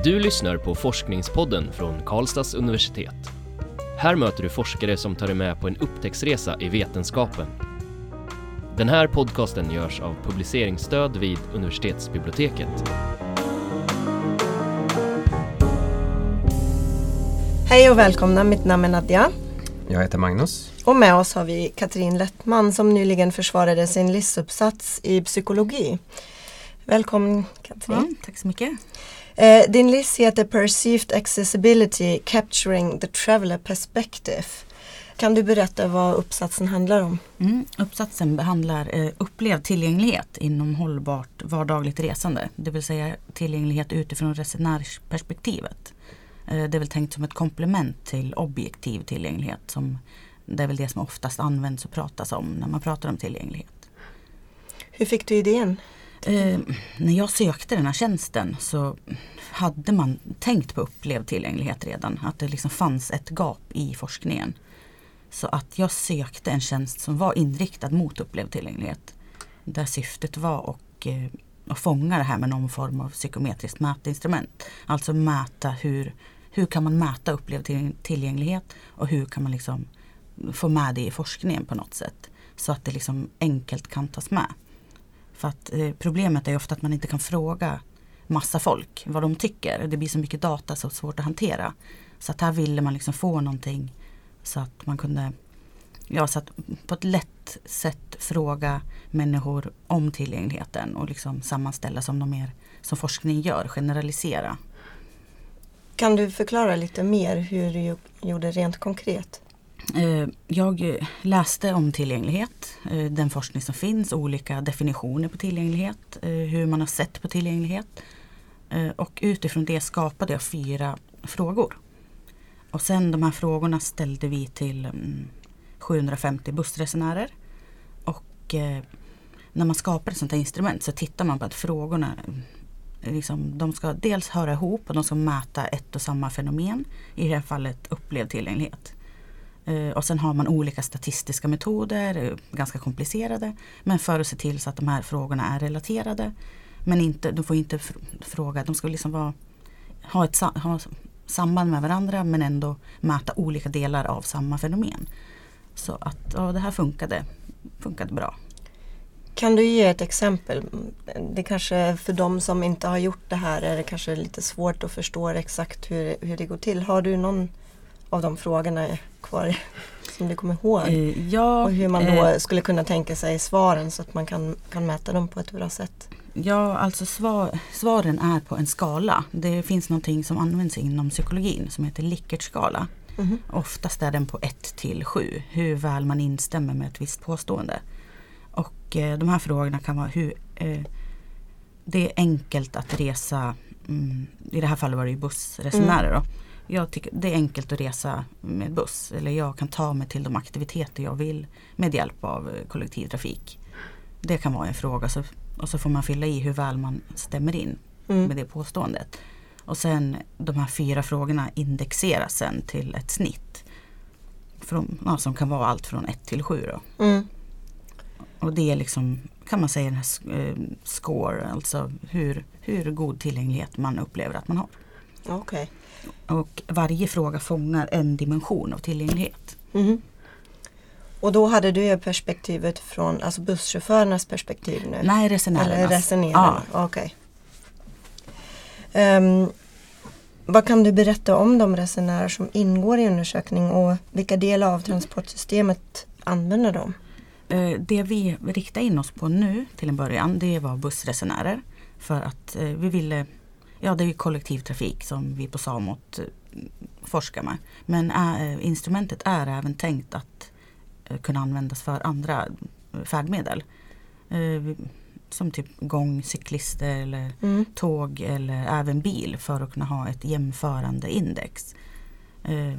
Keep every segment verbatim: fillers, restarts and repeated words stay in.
Du lyssnar på Forskningspodden från Karlstads universitet. Här möter du forskare som tar dig med på en upptäcktsresa i vetenskapen. Den här podcasten görs av publiceringsstöd vid universitetsbiblioteket. Hej och välkomna, mitt namn är Nadja. Jag heter Magnus. Och med oss har vi Katrin Lettman som nyligen försvarade sin livsuppsats i psykologi. Välkommen Katrin. Ja, tack så mycket. Eh, din list heter Perceived Accessibility Capturing the Traveler Perspective. Kan du berätta vad uppsatsen handlar om? Mm, uppsatsen behandlar eh, upplevd tillgänglighet inom hållbart vardagligt resande. Det vill säga tillgänglighet utifrån resenärsperspektivet. Eh, det är väl tänkt som ett komplement till objektiv tillgänglighet. Som, det är väl det som oftast används och pratas om när man pratar om tillgänglighet. Hur fick du idén? Eh, när jag sökte den här tjänsten så hade man tänkt på upplevd tillgänglighet redan. Att det liksom fanns ett gap i forskningen. Så att jag sökte en tjänst som var inriktad mot upplevd tillgänglighet. Där syftet var att, eh, att fånga det här med någon form av psykometriskt mätinstrument. Alltså mäta hur, hur kan man mäta upplevd tillgänglighet och hur kan man liksom få med det i forskningen på något sätt. Så att det liksom enkelt kan tas med. För att eh, problemet är ju ofta att man inte kan fråga massa folk vad de tycker. Det blir så mycket data så svårt att hantera. Så att här ville man liksom få någonting så att man kunde ja, så att på ett lätt sätt fråga människor om tillgängligheten och liksom sammanställa som de mer som forskning gör, generalisera. Kan du förklara lite mer hur du gjorde rent konkret? Jag läste om tillgänglighet, den forskning som finns, olika definitioner på tillgänglighet, hur man har sett på tillgänglighet. Och utifrån det skapade jag fyra frågor. Och sen de här frågorna ställde vi till sjuhundrafemtio bussresenärer. Och när man skapar ett sånt här instrument så tittar man på att frågorna liksom, de ska dels höra ihop och de ska mäta ett och samma fenomen. I det här fallet upplevd tillgänglighet. Och sen har man olika statistiska metoder, ganska komplicerade, men för att se till så att de här frågorna är relaterade. Men inte, de får inte fråga, de ska liksom vara, ha ett ha samband med varandra men ändå mäta olika delar av samma fenomen. Så att ja, det här funkade, funkade bra. Kan du ge ett exempel? Det kanske för de som inte har gjort det här är det kanske lite svårt att förstå exakt hur, hur det går till. Har du någon av de frågorna kvar som du kommer ihåg? Uh, ja, och hur man då uh, skulle kunna tänka sig svaren så att man kan, kan mäta dem på ett bra sätt? Ja, alltså svar, svaren är på en skala. Det finns någonting som används inom psykologin som heter Likert-skala. Mm-hmm. Oftast är den på ett till sju. Hur väl man instämmer med ett visst påstående. Och eh, de här frågorna kan vara hur eh, det är enkelt att resa, mm, i det här fallet var det ju bussresenärer mm. då. Jag tycker det är enkelt att resa med buss. Eller jag kan ta mig till de aktiviteter jag vill med hjälp av kollektivtrafik. Det kan vara en fråga. Så, och så får man fylla i hur väl man stämmer in mm. med det påståendet. Och sen de här fyra frågorna indexeras sen till ett snitt. Från, ja, som kan vara allt från ett till sju då. Mm. Och det är liksom, kan man säga, den här eh, score. Alltså hur, hur god tillgänglighet man upplever att man har. Okej. Okay. Och varje fråga fångar en dimension av tillgänglighet. Mm. Och då hade du perspektivet från alltså busschaufförernas perspektiv nu? Nej, resenärernas. Eller resenärerna, ja. Okej. Okay. Um, vad kan du berätta om de resenärer som ingår i undersökning och vilka delar av transportsystemet använder de? Uh, det vi riktar in oss på nu till en början, det var bussresenärer. För att uh, vi ville... Ja, det är ju kollektivtrafik som vi på Samot eh, forskar med. Men äh, instrumentet är även tänkt att äh, kunna användas för andra äh, färdmedel. Äh, som typ gång, cyklister eller mm. tåg eller även bil för att kunna ha ett jämförande index. Äh,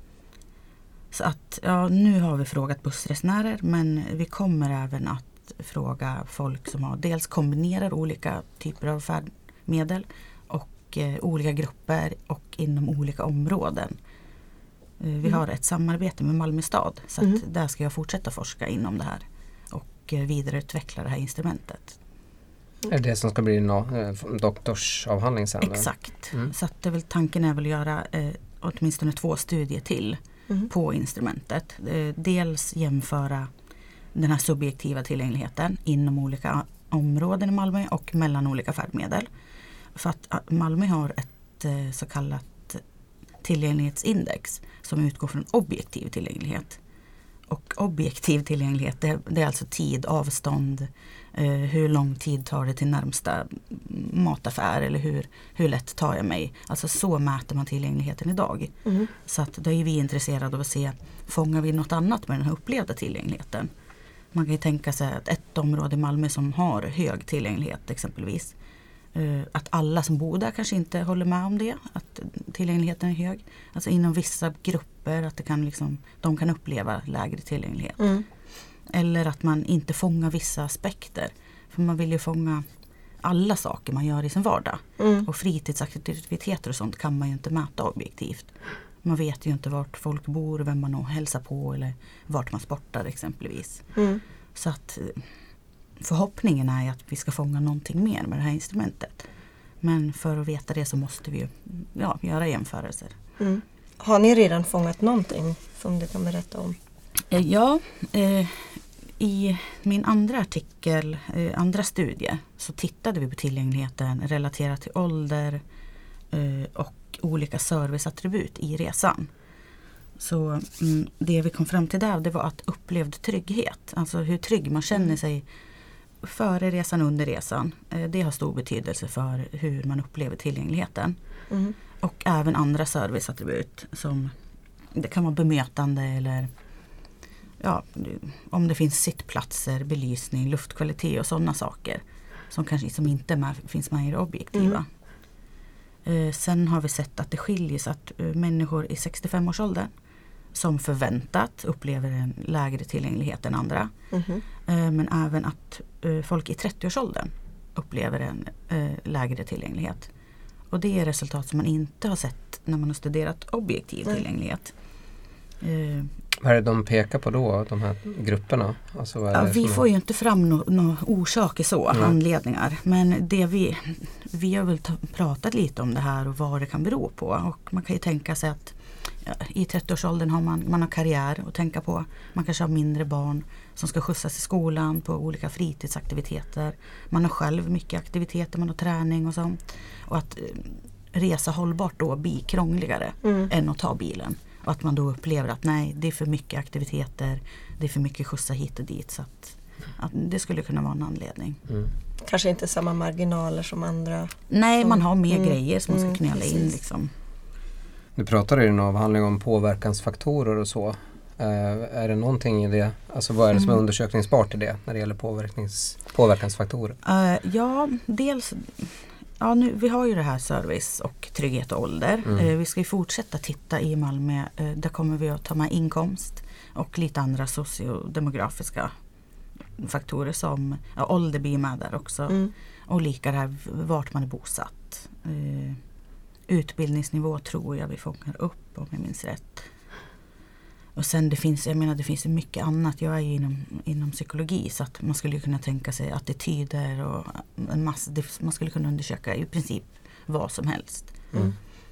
så att ja, nu har vi frågat bussresenärer men vi kommer även att fråga folk som har dels kombinerar olika typer av färdmedel och eh, olika grupper och inom olika områden. Eh, vi mm. har ett samarbete med Malmö stad så att mm. där ska jag fortsätta forska inom det här och eh, vidareutveckla det här instrumentet. Är det det som ska bli en doktorsavhandling sen? Exakt. Mm. Så att det är väl, tanken är väl att göra eh, åtminstone två studier till mm. på instrumentet. Eh, dels jämföra den här subjektiva tillgängligheten inom olika områden i Malmö och mellan olika färdmedel. För att Malmö har ett eh, så kallat tillgänglighetsindex som utgår från objektiv tillgänglighet. Och objektiv tillgänglighet, det, det är alltså tid, avstånd, eh, hur lång tid tar det till närmsta mataffär eller hur, hur lätt tar jag mig. Alltså så mäter man tillgängligheten idag. Mm. Så att då är vi intresserade av att se, fångar vi något annat med den här upplevda tillgängligheten? Man kan ju tänka sig att ett område i Malmö som har hög tillgänglighet exempelvis, eh, att alla som bor där kanske inte håller med om det, att tillgängligheten är hög. Alltså inom vissa grupper att det kan liksom, de kan uppleva lägre tillgänglighet. Mm. Eller att man inte fångar vissa aspekter. För man vill ju fånga alla saker man gör i sin vardag. Mm. Och fritidsaktiviteter och sånt kan man ju inte mäta objektivt. Man vet ju inte vart folk bor, vem man hälsar på eller vart man sportar exempelvis. Mm. Så att förhoppningen är att vi ska fånga någonting mer med det här instrumentet. Men för att veta det så måste vi ju ja, göra jämförelser. Mm. Har ni redan fångat någonting som du kan berätta om? Ja, eh, i min andra artikel, eh, andra studie, så tittade vi på tillgängligheten relaterat till ålder eh, och olika serviceattribut i resan. Så mm, det vi kom fram till där, det var att upplevd trygghet, alltså hur trygg man känner sig före resan, under resan, eh, det har stor betydelse för hur man upplever tillgängligheten. Mm. Och även andra serviceattribut som det kan vara bemötande eller ja, om det finns sittplatser, belysning, luftkvalitet och sådana saker som kanske som inte med, finns med i det objektiva. Mm. Eh, sen har vi sett att det skiljer sig att eh, människor i sextiofem-årsåldern som förväntat upplever en lägre tillgänglighet än andra. Mm. Eh, men även att eh, folk i trettio-årsåldern upplever en eh, lägre tillgänglighet. Och det är resultat som man inte har sett när man har studerat objektiv mm. tillgänglighet. Eh, vad är det de pekar på då, de här grupperna? Alltså, vad är ja, det vi får är... ju inte fram några no orsaker så, mm. anledningar. Men det vi, vi har väl pratat lite om det här och vad det kan bero på. Och man kan ju tänka sig att ja, i trettio-årsåldern har man, man har karriär att tänka på. Man kanske har mindre barn som ska skjutsas i skolan på olika fritidsaktiviteter. Man har själv mycket aktiviteter, man har träning och sånt. Och att resa hållbart då blir krångligare mm. än att ta bilen. Och att man då upplever att nej, det är för mycket aktiviteter, det är för mycket skjutsa hit och dit. Så att, att det skulle kunna vara en anledning. Mm. Kanske inte samma marginaler som andra. Nej, som, man har mer mm, grejer som man ska knälla mm, in. Liksom. Du pratade i din avhandling om påverkansfaktorer och så. Uh, är det någonting i det? Alltså vad är det som är mm. undersökningsbart i det när det gäller påverkans, påverkansfaktorer? Uh, ja, dels... Ja, nu, vi har ju det här service och trygghet och ålder. Mm. Eh, vi ska ju fortsätta titta i Malmö. Eh, där kommer vi att ta med inkomst och lite andra sociodemografiska faktorer som ja, ålder blir med där också. Mm. Och lika det här vart man är bosatt. Eh, utbildningsnivå tror jag vi fångar upp om jag minns rätt. Och sen det finns, jag menar det finns mycket annat. Jag är ju inom, inom psykologi så att man skulle kunna tänka sig attityder och en massa, man skulle kunna undersöka i princip vad som helst. Mm.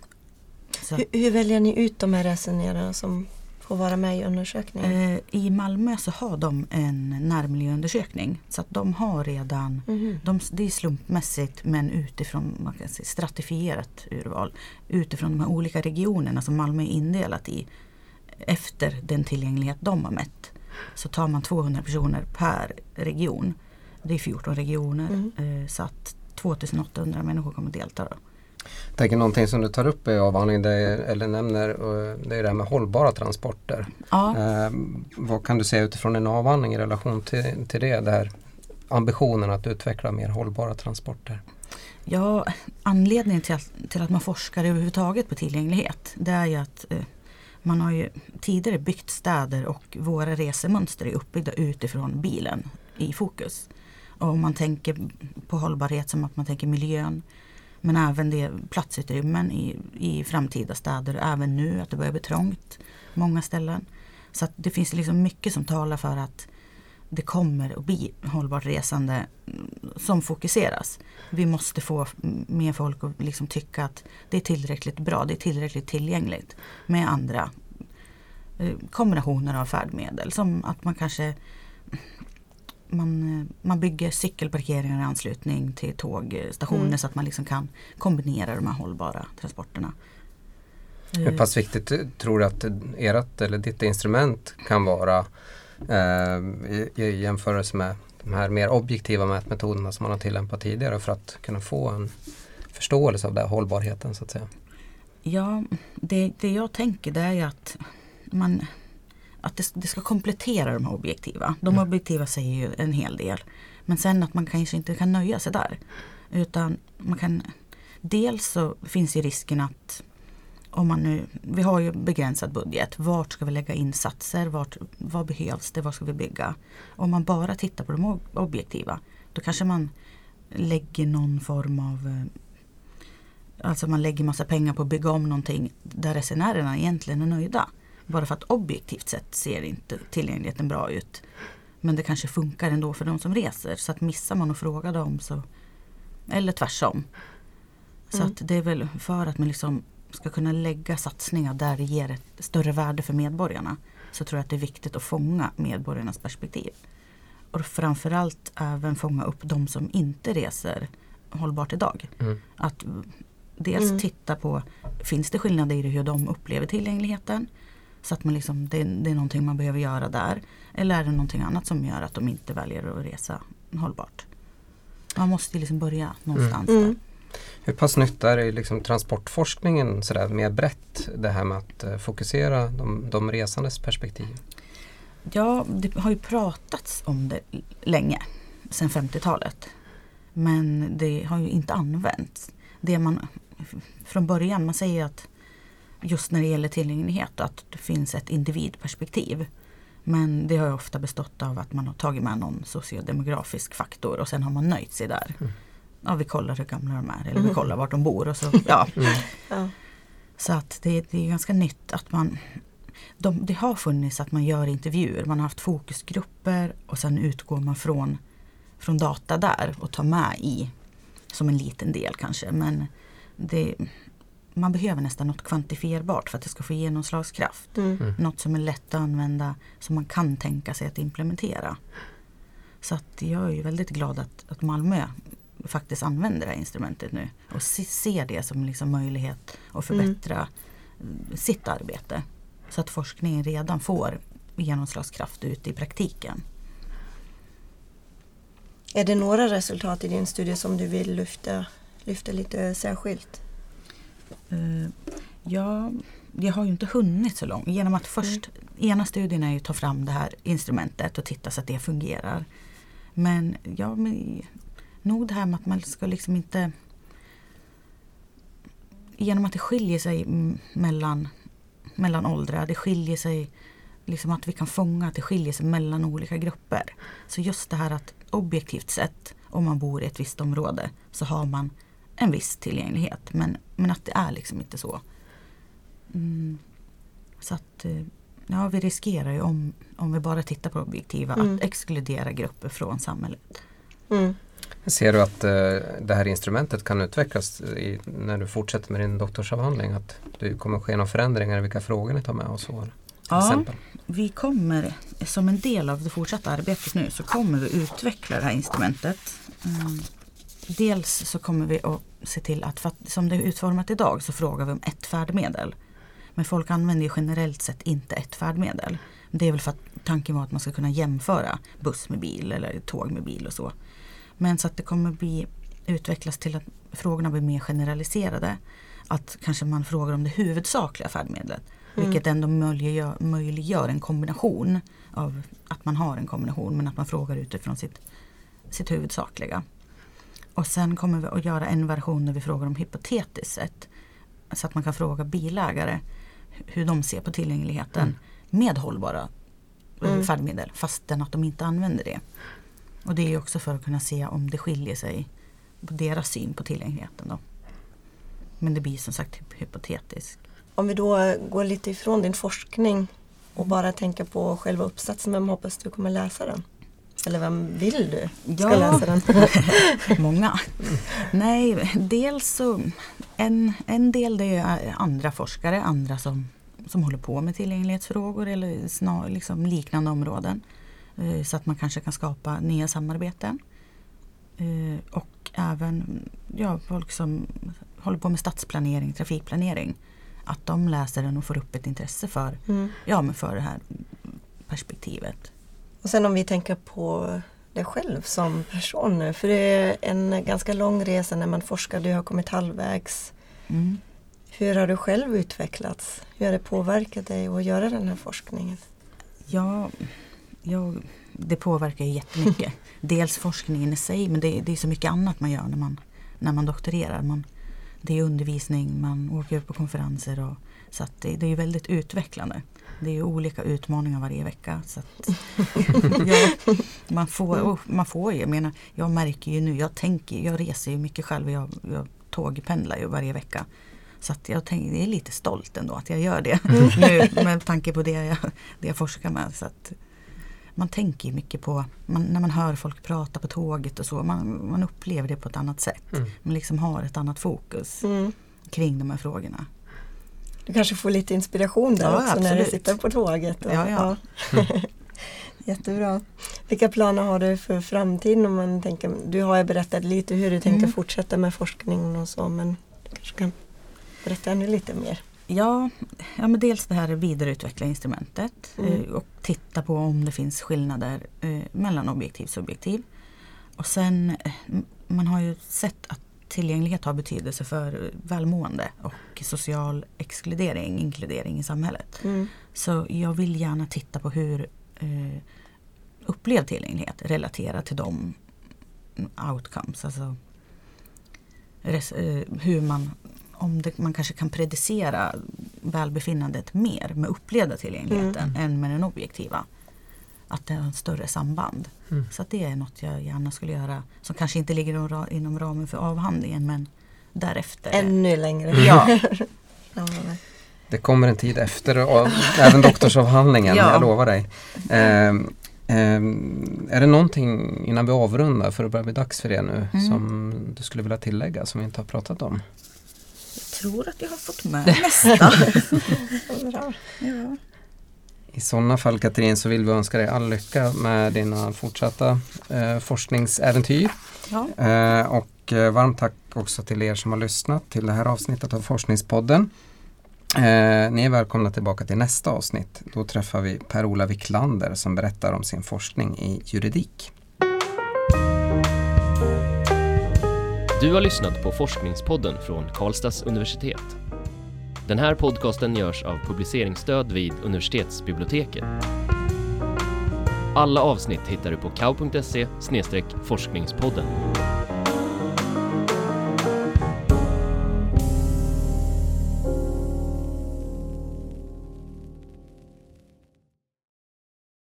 Så. Hur, hur väljer ni ut de här resenärerna som får vara med i undersökningen? Eh, I Malmö så har de en närmiljöundersökning så att de har redan, mm. de, det är slumpmässigt men utifrån man kan säga, stratifierat urval. Utifrån de här olika regionerna som Malmö är indelat i. Efter den tillgänglighet de har mätt så tar man tvåhundra personer per region. Det är fjorton regioner mm. så att tvåtusenåttahundra människor kommer delta då. Jag tänker någonting som du tar upp i avhandlingen eller nämner det är det här med hållbara transporter. Ja. Eh, vad kan du säga utifrån en avhandling i relation till, till det där ambitionen att utveckla mer hållbara transporter? Ja, anledningen till att, till att man forskar överhuvudtaget på tillgänglighet det är ju att eh, man har ju tidigare byggt städer och våra resemönster är uppbyggda utifrån bilen i fokus. Och man tänker på hållbarhet som att man tänker miljön. Men även det platsutrymmen i, i framtida städer. Även nu att det börjar bli trångt många ställen. Så att det finns liksom mycket som talar för att det kommer att bli hållbart resande som fokuseras. Vi måste få mer folk att liksom tycka att det är tillräckligt bra, det är tillräckligt tillgängligt med andra eh, kombinationer av färdmedel. Som att man kanske man, man bygger cykelparkeringar i anslutning till tågstationer mm. så att man liksom kan kombinera de här hållbara transporterna. Hur pass viktigt tror du att ert eller ditt instrument kan vara eh, i, i jämförelse med de här mer objektiva mätmetoderna som man har tillämpat tidigare för att kunna få en förståelse av den hållbarheten så att säga? Ja, det, det jag tänker det är ju att, man, att det, det ska komplettera de här objektiva. De mm. objektiva säger ju en hel del. Men sen att man kanske inte kan nöja sig där. Utan man kan, dels så finns ju risken att om man nu, vi har ju begränsad budget. Vart ska vi lägga insatser? Vart, vad behövs det? Vad ska vi bygga? Om man bara tittar på de objektiva, då kanske man lägger någon form av, alltså man lägger massa pengar på att bygga om någonting där resenärerna egentligen är nöjda. Bara för att objektivt sett ser inte tillgängligheten bra ut. Men det kanske funkar ändå för de som reser. Så att missar man och frågar dem så, eller tvärsom. Så mm. att det är väl för att man liksom ska kunna lägga satsningar där det ger ett större värde för medborgarna, så tror jag att det är viktigt att fånga medborgarnas perspektiv. Och framförallt även fånga upp de som inte reser hållbart idag. Mm. Att dels mm. titta på, finns det skillnader i hur de upplever tillgängligheten? Så att man liksom, det, det är någonting man behöver göra där. Eller är det någonting annat som gör att de inte väljer att resa hållbart? Man måste liksom börja någonstans mm. där. Hur pass nytt är det liksom transportforskningen så där, mer brett, det här med att uh, fokusera de, de resandes perspektiv? Ja, det har ju pratats om det länge, sedan femtiotalet. Men det har ju inte använts. Det man från början, man säger att just när det gäller tillgänglighet att det finns ett individperspektiv. Men det har ju ofta bestått av att man har tagit med någon sociodemografisk faktor och sen har man nöjt sig där. Mm. Ja, vi kollar hur gamla de är eller vi kollar vart de bor och så, ja. Mm. ja. Så att det, det är ganska nytt att man, de, det har funnits att man gör intervjuer, man har haft fokusgrupper och sen utgår man från, från data där och tar med i som en liten del kanske, men det, man behöver nästan något kvantifierbart för att det ska få genomslagskraft. Mm. Mm. Något som är lätt att använda, som man kan tänka sig att implementera. Så att jag är ju väldigt glad att, att Malmö faktiskt använder det här instrumentet nu och ser det som liksom möjlighet att förbättra mm. sitt arbete. Så att forskningen redan får genomslagskraft ut i praktiken. Är det några resultat i din studie som du vill lyfta, lyfta lite särskilt? Uh, ja, jag har ju inte hunnit så långt. Genom att först, mm. ena studien är ju att ta fram det här instrumentet och titta så att det fungerar. Men ja, men, nog det här med att man ska liksom inte, genom att det skiljer sig mellan, mellan åldrar, det skiljer sig liksom att vi kan fånga att det skiljer sig mellan olika grupper. Så just det här att objektivt sett, om man bor i ett visst område så har man en viss tillgänglighet, men, men att det är liksom inte så. Mm. Så att ja, vi riskerar ju om, om vi bara tittar på objektiva mm. att exkludera grupper från samhället. Mm. Ser du att uh, det här instrumentet kan utvecklas i, när du fortsätter med din doktorsavhandling? Att det kommer ske några förändringar i vilka frågor ni tar med och så? Ja, exempel? Vi kommer som en del av det fortsatta arbetet nu så kommer vi utveckla det här instrumentet. Mm. Dels så kommer vi att se till att, för att som det är utformat idag så frågar vi om ett färdmedel. Men folk använder ju generellt sett inte ett färdmedel. Det är väl för att tanken var att man ska kunna jämföra buss med bil eller tåg med bil och så. Men så att det kommer bli utvecklas till att frågorna blir mer generaliserade. Att kanske man frågar om det huvudsakliga färdmedlet. Mm. Vilket ändå möjliggör, möjliggör en kombination av att man har en kombination men att man frågar utifrån sitt, sitt huvudsakliga. Och sen kommer vi att göra en version där vi frågar om hypotetiskt sett. Så att man kan fråga bilägare hur de ser på tillgängligheten mm. med hållbara mm. färdmedel fastän att de inte använder det. Och det är ju också för att kunna se om det skiljer sig på deras syn på tillgängligheten då. Men det blir som sagt hypotetiskt. Om vi då går lite ifrån din forskning och bara tänker på själva uppsatsen, vem hoppas du kommer läsa den? Eller vem vill du ska Ja. läsa den? Många. Nej, dels så en, en del det är andra forskare, andra som, som håller på med tillgänglighetsfrågor eller snar, liksom liknande områden. Eh, så att man kanske kan skapa nya samarbeten. Eh, och även ja, folk som håller på med stadsplanering, trafikplanering. Att de läser den och får upp ett intresse för, Mm. ja, men för det här perspektivet. Och sen om vi tänker på dig själv som person nu. För det är en ganska lång resa när man forskar. Du har kommit halvvägs. Mm. Hur har du själv utvecklats? Hur har det påverkat dig att göra den här forskningen? Ja, jag, det påverkar ju jättemycket. Dels forskningen i sig, men det, det är så mycket annat man gör när man, när man doktorerar. Man, det är undervisning, man åker upp på konferenser. Och, så att det, det är väldigt utvecklande. Det är ju olika utmaningar varje vecka. Så att, ja, man får, oh, man får ju, jag menar, jag märker ju nu, jag tänker, jag reser ju mycket själv. Jag, jag tågpendlar ju varje vecka. Så att jag, tänker, jag är lite stolt ändå att jag gör det nu med tanke på det jag, det jag forskar med. Så att man tänker ju mycket på, man, när man hör folk prata på tåget och så, man, man upplever det på ett annat sätt. Mm. Man liksom har ett annat fokus Mm. kring de här frågorna. Du kanske får lite inspiration där Ja, också när du absolut. sitter på tåget. Och, Ja, ja. Jättebra. Vilka planer har du för framtiden? Om man tänker, du har ju berättat lite hur du tänker Mm. fortsätta med forskningen och så, men du kanske kan berätta ännu lite mer. Ja, ja men dels det här vidareutveckla instrumentet Mm. eh, och titta på om det finns skillnader eh, mellan objektiv och subjektiv. Och sen, eh, man har ju sett att tillgänglighet har betydelse för välmående och social exkludering, inkludering i samhället. Mm. Så jag vill gärna titta på hur eh, upplevd tillgänglighet relaterar till de outcomes. Alltså res, eh, hur man, om det, man kanske kan predicera välbefinnandet mer med upplevda tillgängligheten Mm. än med den objektiva. Att det har en större samband. Mm. Så att det är något jag gärna skulle göra som kanske inte ligger inom ra- inom ramen för avhandlingen men därefter. Ännu längre. Ja. Ja, Det kommer en tid efter och även doktorsavhandlingen, Ja. jag lovar dig. Ehm, ehm, är det någonting innan vi avrundar, för det börjar bli dags för det nu, Mm. som du skulle vilja tillägga som vi inte har pratat om? Jag tror att jag har fått med det mesta. bra. Ja. I sådana fall, Katrin, så vill vi önska dig all lycka med dina fortsatta eh, forskningsäventyr. Ja. Eh, och eh, varmt tack också till er som har lyssnat till det här avsnittet av Forskningspodden. Eh, ni är välkomna tillbaka till nästa avsnitt. Då träffar vi Per-Ola Wiklander som berättar om sin forskning i juridik. Du har lyssnat på Forskningspodden från Karlstads universitet. Den här podcasten görs av publiceringsstöd vid universitetsbiblioteket. Alla avsnitt hittar du på kau punkt se slash forskningspodden.